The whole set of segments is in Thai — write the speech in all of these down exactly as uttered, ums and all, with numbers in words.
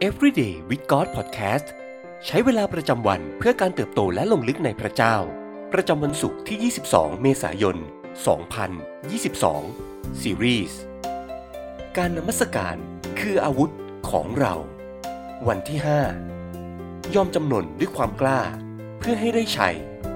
Everyday with God Podcast ใช้เวลาประจำวันเพื่อการเติบโตและลงลึกในพระเจ้าประจำวันศุกร์ที่ยี่สิบสองเมษายนสองพันยี่สิบสองซีรีส์การนมัสการคืออาวุธของเราวันที่ห้ายอมจำนนด้วยความกล้าเพื่อให้ได้ชัย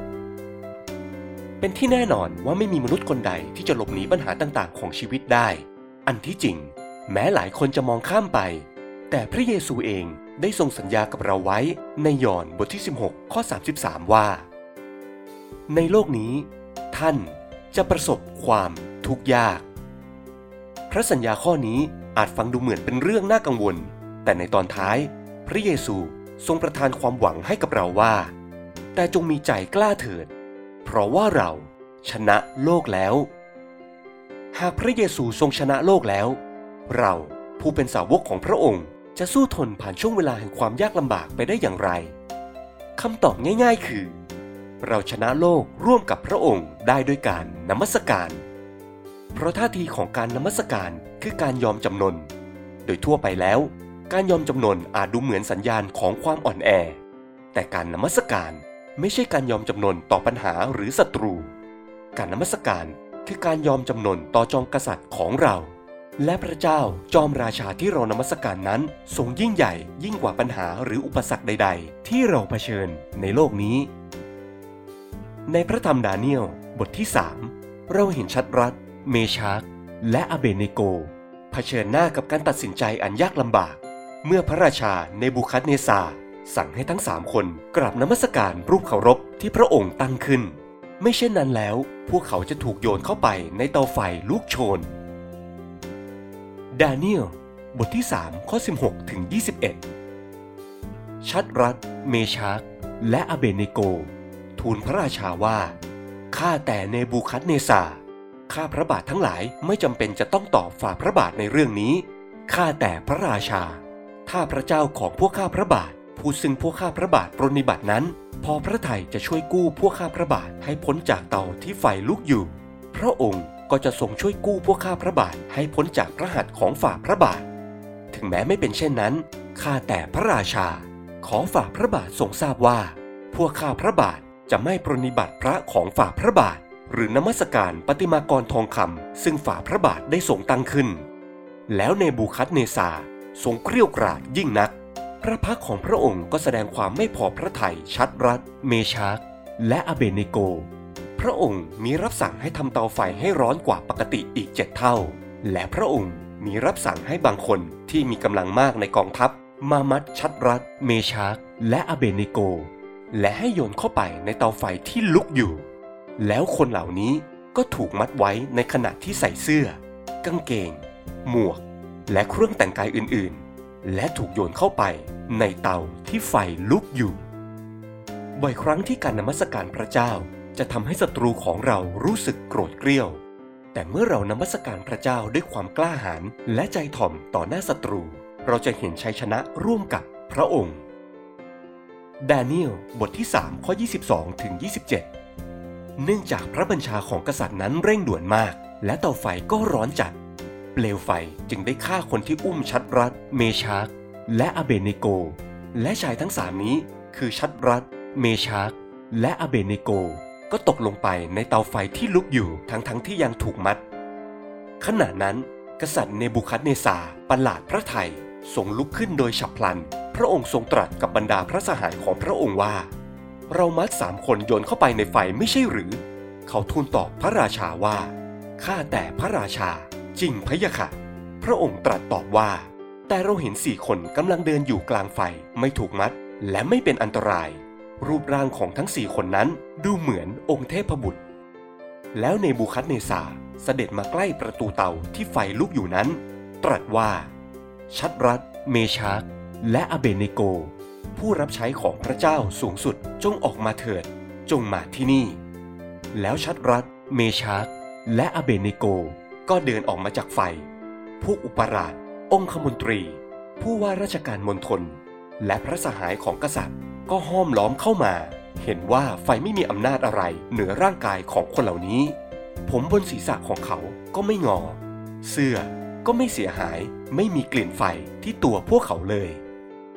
เป็นที่แน่นอนว่าไม่มีมนุษย์คนใดที่จะหลบหนีปัญหาต่างๆของชีวิตได้อันที่จริงแม้หลายคนจะมองข้ามไปแต่พระเยซูเองได้ทรงสัญญากับเราไว้ในยอห์นบทที่สิบหกข้อสามสิบสามว่าในโลกนี้ท่านจะประสบความทุกข์ยากพระสัญญาข้อนี้อาจฟังดูเหมือนเป็นเรื่องน่ากังวลแต่ในตอนท้ายพระเยซูทรงประทานความหวังให้กับเราว่าแต่จงมีใจกล้าเถิดเพราะว่าเราชนะโลกแล้วหากพระเยซูทรงชนะโลกแล้วเราผู้เป็นสาวกของพระองค์จะสู้ทนผ่านช่วงเวลาแห่งความยากลำบากไปได้อย่างไรคำตอบง่ายๆคือเราชนะโลกร่วมกับพระองค์ได้ด้วยการนมัสการเพราะท่าทีของการนมัสการคือการยอมจำนนโดยทั่วไปแล้วการยอมจำนนอาจดูเหมือนสัญญาณของความอ่อนแอแต่การนมัสการไม่ใช่การยอมจำนนต่อปัญหาหรือศัตรูการนมัสการคือการยอมจำนนต่อจอมกษัตริย์ของเราและพระเจ้าจอมราชาที่เรานมัสการนั้นทรงยิ่งใหญ่ยิ่งกว่าปัญหาหรืออุปสรรคใดๆที่เราเผชิญในโลกนี้ในพระธรรมดาเนียลบทที่สามเราเห็นชัดรัฐเมชาคและอเบเนโกเผชิญหน้ากับการตัดสินใจอันยากลำบากเมื่อพระราชาเนบูคัดเนซาร์สั่งให้ทั้งสามคนกราบนมัสการรูปเคารพที่พระองค์ตั้งขึ้นไม่เช่นนั้นแล้วพวกเขาจะถูกโยนเข้าไปในเตาไฟลุกโชนดาเนียลบทที่สามข้อสิบหกถึงยี่สิบเอ็ดชัดรัฐเมชาคและอเบเนโกทูลพระราชาว่าข้าแต่เนบูคัดเนซาร์ข้าพระบาททั้งหลายไม่จำเป็นจะต้องตอบฝ่าพระบาทในเรื่องนี้ข้าแต่พระราชาถ้าพระเจ้าของพวกข้าพระบาทผู้ซึ่งพวกข้าพระบาทปรนนิบัตินั้นพอพระทัยจะช่วยกู้พวกข้าพระบาทให้พ้นจากเตาที่ไฟลุกอยู่พระองค์ก็จะทรงช่วยกู้พวกข้าพระบาทให้พ้นจากพระหัตถ์ของฝ่าพระบาทถึงแม้ไม่เป็นเช่นนั้นข้าแต่พระราชาขอฝ่าพระบาททรงทราบว่าพวกข้าพระบาทจะไม่ปรนนิบัติพระของฝ่าพระบาทหรือนมัสการประติมากรทองคำซึ่งฝ่าพระบาทได้ทรงตั้งขึ้นแล้วเนบูคัดเนซาร์ทรงเกรี้ยวกราดยิ่งนักพระพักของพระองค์ก็แสดงความไม่พอพระทัยชัดรัฐเมชาคและอเบเนโกพระองค์มีรับสั่งให้ทำเตาไฟให้ร้อนกว่าปกติอีกเจ็ดเท่าและพระองค์มีรับสั่งให้บางคนที่มีกำลังมากในกองทัพมามัดชัดรัฐเมชาคและอเบเนโกและให้โยนเข้าไปในเตาไฟที่ลุกอยู่แล้วคนเหล่านี้ก็ถูกมัดไว้ในขณะที่ใส่เสื้อกางเกงหมวกและเครื่องแต่งกายอื่นๆและถูกโยนเข้าไปในเตาที่ไฟลุกอยู่บ่อยครั้งที่การนมัสการพระเจ้าจะทำให้ศัตรูของเรารู้สึกโกรธเกรี้ยวแต่เมื่อเรานมัสการพระเจ้าด้วยความกล้าหาญและใจถ่อมต่อหน้าศัตรูเราจะเห็นชัยชนะร่วมกับพระองค์ดาเนียลบทที่สามข้อยี่สิบสองถึงยี่สิบเจ็ดเนื่องจากพระบัญชาของกษัตริย์นั้นเร่งด่วนมากและเตาไฟก็ร้อนจัดเปลวไฟจึงได้ฆ่าคนที่อุ้มชัดรัฐเมชาคและอเบเนโกและชายทั้งสามนี้คือชัดรัฐเมชาคและอเบเนโกก็ตกลงไปในเตาไฟที่ลุกอยู่ทั้งๆ ท, ที่ยังถูกมัดขณะนั้นกษัตริย์เนบูคัดเนซาร์ประหลาดพระทัยทรงลุกขึ้นโดยฉับพลันพระองค์ทรงตรัสกับบรรดาพระสหายของพระองค์ว่าเรามัดสามคนโยนเข้าไปในไฟไม่ใช่หรือเขาทูลตอบพระราชาว่าข้าแต่พระราชาจริงพะยะค่ะพระองค์ตรัสตอบว่าแต่เราเห็นสี่คนกำลังเดินอยู่กลางไฟไม่ถูกมัดและไม่เป็นอันตรายรูปร่างของทั้งสี่คนนั้นดูเหมือนองค์เทพบุตรแล้วเนบูคัดเนซาร์เสด็จมาใกล้ประตูเตาที่ไฟลุกอยู่นั้นตรัสว่าชัดรัฐเมชาคและอเบเนโกผู้รับใช้ของพระเจ้าสูงสุดจงออกมาเถิดจงมาที่นี่แล้วชัดรัฐเมชาคและอเบเนโกก็เดินออกมาจากไฟพวกอุปราชองคมนตรีผู้ว่าราชการมณฑลและพระสหายของกษัตริย์ก็ห้อมล้อมเข้ามาเห็นว่าไฟไม่มีอำนาจอะไรเหนือร่างกายของคนเหล่านี้ผมบนศีรษะของเขาก็ไม่งอเสื้อก็ไม่เสียหายไม่มีกลิ่นไฟที่ตัวพวกเขาเลย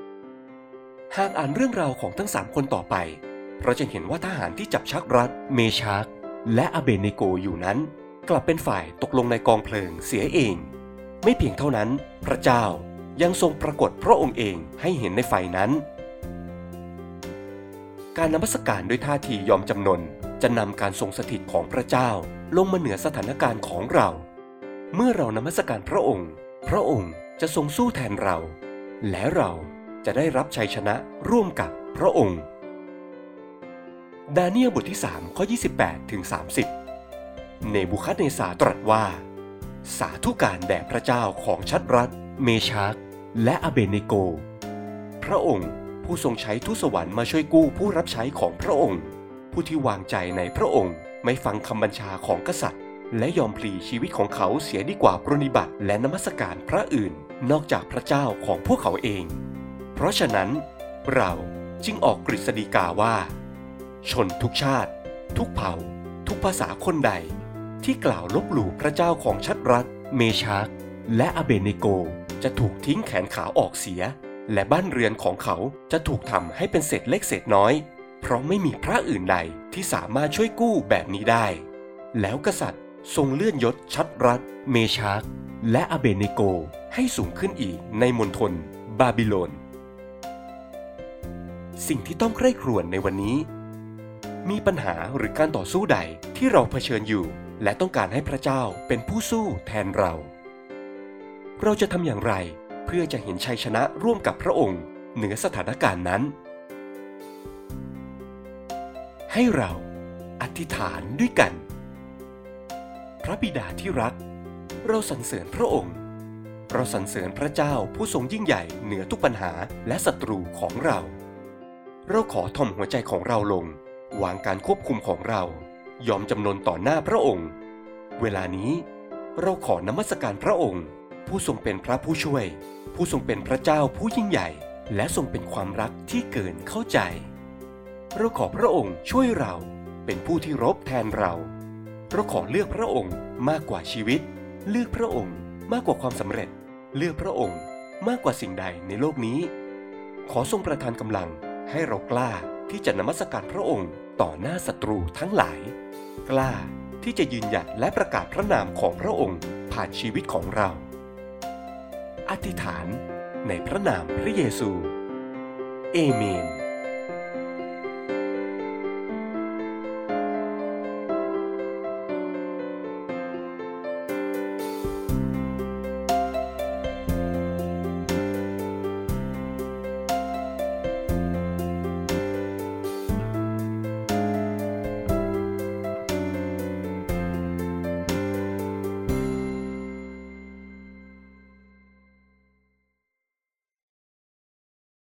หากอ่านเรื่องราวของทั้งสามคนต่อไปเราจะเห็นว่าทหารที่จับชักรัฐเมชาคและอเบเนโกอยู่นั้นกลับเป็นฝ่ายตกลงในกองเพลิงเสียเองไม่เพียงเท่านั้นพระเจ้ายังทรงปรากฏพระองค์เองให้เห็นในไฟนั้นการนมัสการด้วยท่าทียอมจำนนจะนำการทรงสถิตของพระเจ้าลงมาเหนือสถานการณ์ของเราเมื่อเรานมัสการพระองค์พระองค์จะทรงสู้แทนเราและเราจะได้รับชัยชนะร่วมกับพระองค์ดาเนียลบทที่สามข้อยี่สิบแปดถึงสามสิบเนบูคัดเนซาร์ตรัสว่าสาธุการแด่พระเจ้าของชัดรัฐเมชาคและอเบเนโกพระองค์ผู้ทรงใช้ทูตสวรรค์มาช่วยกู้ผู้รับใช้ของพระองค์ผู้ที่วางใจในพระองค์ไม่ฟังคำบัญชาของกษัตริย์และยอมพลีชีวิตของเขาเสียดีกว่าปรนนิบัติและนมัสการพระอื่นนอกจากพระเจ้าของพวกเขาเองเพราะฉะนั้นเราจึงออกกฤษฎีกาว่าชนทุกชาติทุกเผ่าทุกภาษาคนใดที่กล่าวลบหลู่พระเจ้าของชัดรัฐเมชาคและอเบเนโกจะถูกทิ้งแขนขาออกเสียและบ้านเรือนของเขาจะถูกทำให้เป็นเศษเล็กเศษน้อยเพราะไม่มีพระอื่นใดที่สามารถช่วยกู้แบบนี้ได้แล้วกษัตริย์ทรงเลื่อนยศชัดรัฐเมชาคและอเบเนโกให้สูงขึ้นอีกในมณฑลบาบิโลนสิ่งที่ต้องใคร่ครวญในวันนี้มีปัญหาหรือการต่อสู้ใดที่เราเผชิญอยู่และต้องการให้พระเจ้าเป็นผู้สู้แทนเราเราจะทำอย่างไรเพื่อจะเห็นชัยชนะร่วมกับพระองค์เหนือสถานการณ์นั้นให้เราอธิษฐานด้วยกันพระบิดาที่รักเราสรรเสริญพระองค์เราสรรเสริญพระเจ้าผู้ทรงยิ่งใหญ่เหนือทุกปัญหาและศัตรูของเราเราขอถ่อมหัวใจของเราลงวางการควบคุมของเรายอมจำนนต่อหน้าพระองค์เวลานี้เราขอนมัสการพระองค์ผู้ทรงเป็นพระผู้ช่วยผู้ทรงเป็นพระเจ้าผู้ยิ่งใหญ่และทรงเป็นความรักที่เกินเข้าใจเราขอพระองค์ช่วยเราเป็นผู้ที่รบแทนเราเราขอเลือกพระองค์มากกว่าชีวิตเลือกพระองค์มากกว่าความสำเร็จเลือกพระองค์มากกว่าสิ่งใดในโลกนี้ขอทรงประทานกำลังให้เรากล้าที่จะนมัสการพระองค์ต่อหน้าศัตรูทั้งหลายกล้าที่จะยืนหยัดและประกาศพระนามของพระองค์ผ่านชีวิตของเราอธิษฐานในพระนามพระเยซูเอเมน